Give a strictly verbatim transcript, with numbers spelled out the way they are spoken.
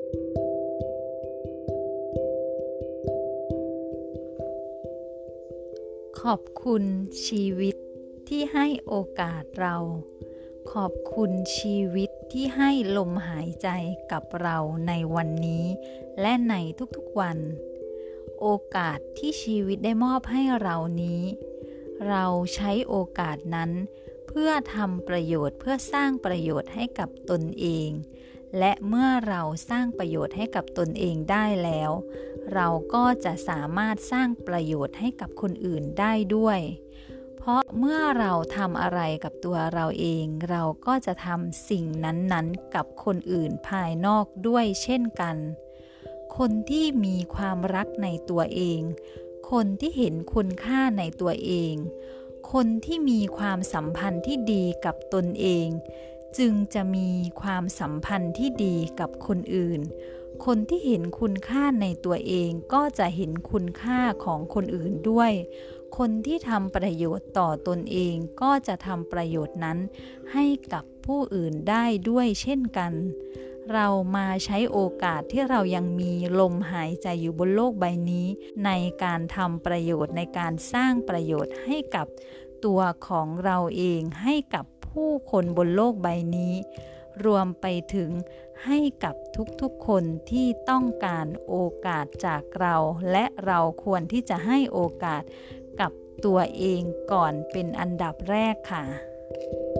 ขอบคุณชีวิตที่ให้โอกาสเราขอบคุณชีวิตที่ให้ลมหายใจกับเราในวันนี้และในทุกๆวันโอกาสที่ชีวิตได้มอบให้เรานี้เราใช้โอกาสนั้นเพื่อทำประโยชน์เพื่อสร้างประโยชน์ให้กับตนเองและเมื่อเราสร้างประโยชน์ให้กับตนเองได้แล้วเราก็จะสามารถสร้างประโยชน์ให้กับคนอื่นได้ด้วยเพราะเมื่อเราทำอะไรกับตัวเราเองเราก็จะทำสิ่งนั้นๆกับคนอื่นภายนอกด้วยเช่นกันคนที่มีความรักในตัวเองคนที่เห็นคุณค่าในตัวเองคนที่มีความสัมพันธ์ที่ดีกับตนเองจึงจะมีความสัมพันธ์ที่ดีกับคนอื่นคนที่เห็นคุณค่าในตัวเองก็จะเห็นคุณค่าของคนอื่นด้วยคนที่ทำประโยชน์ต่อตนเองก็จะทำประโยชน์นั้นให้กับผู้อื่นได้ด้วยเช่นกันเรามาใช้โอกาสที่เรายังมีลมหายใจอยู่บนโลกใบนี้ในการทำประโยชน์ในการสร้างประโยชน์ให้กับตัวของเราเองให้กับผู้คนบนโลกใบนี้รวมไปถึงให้กับทุกๆคนที่ต้องการโอกาสจากเราและเราควรที่จะให้โอกาสกับตัวเองก่อนเป็นอันดับแรกค่ะ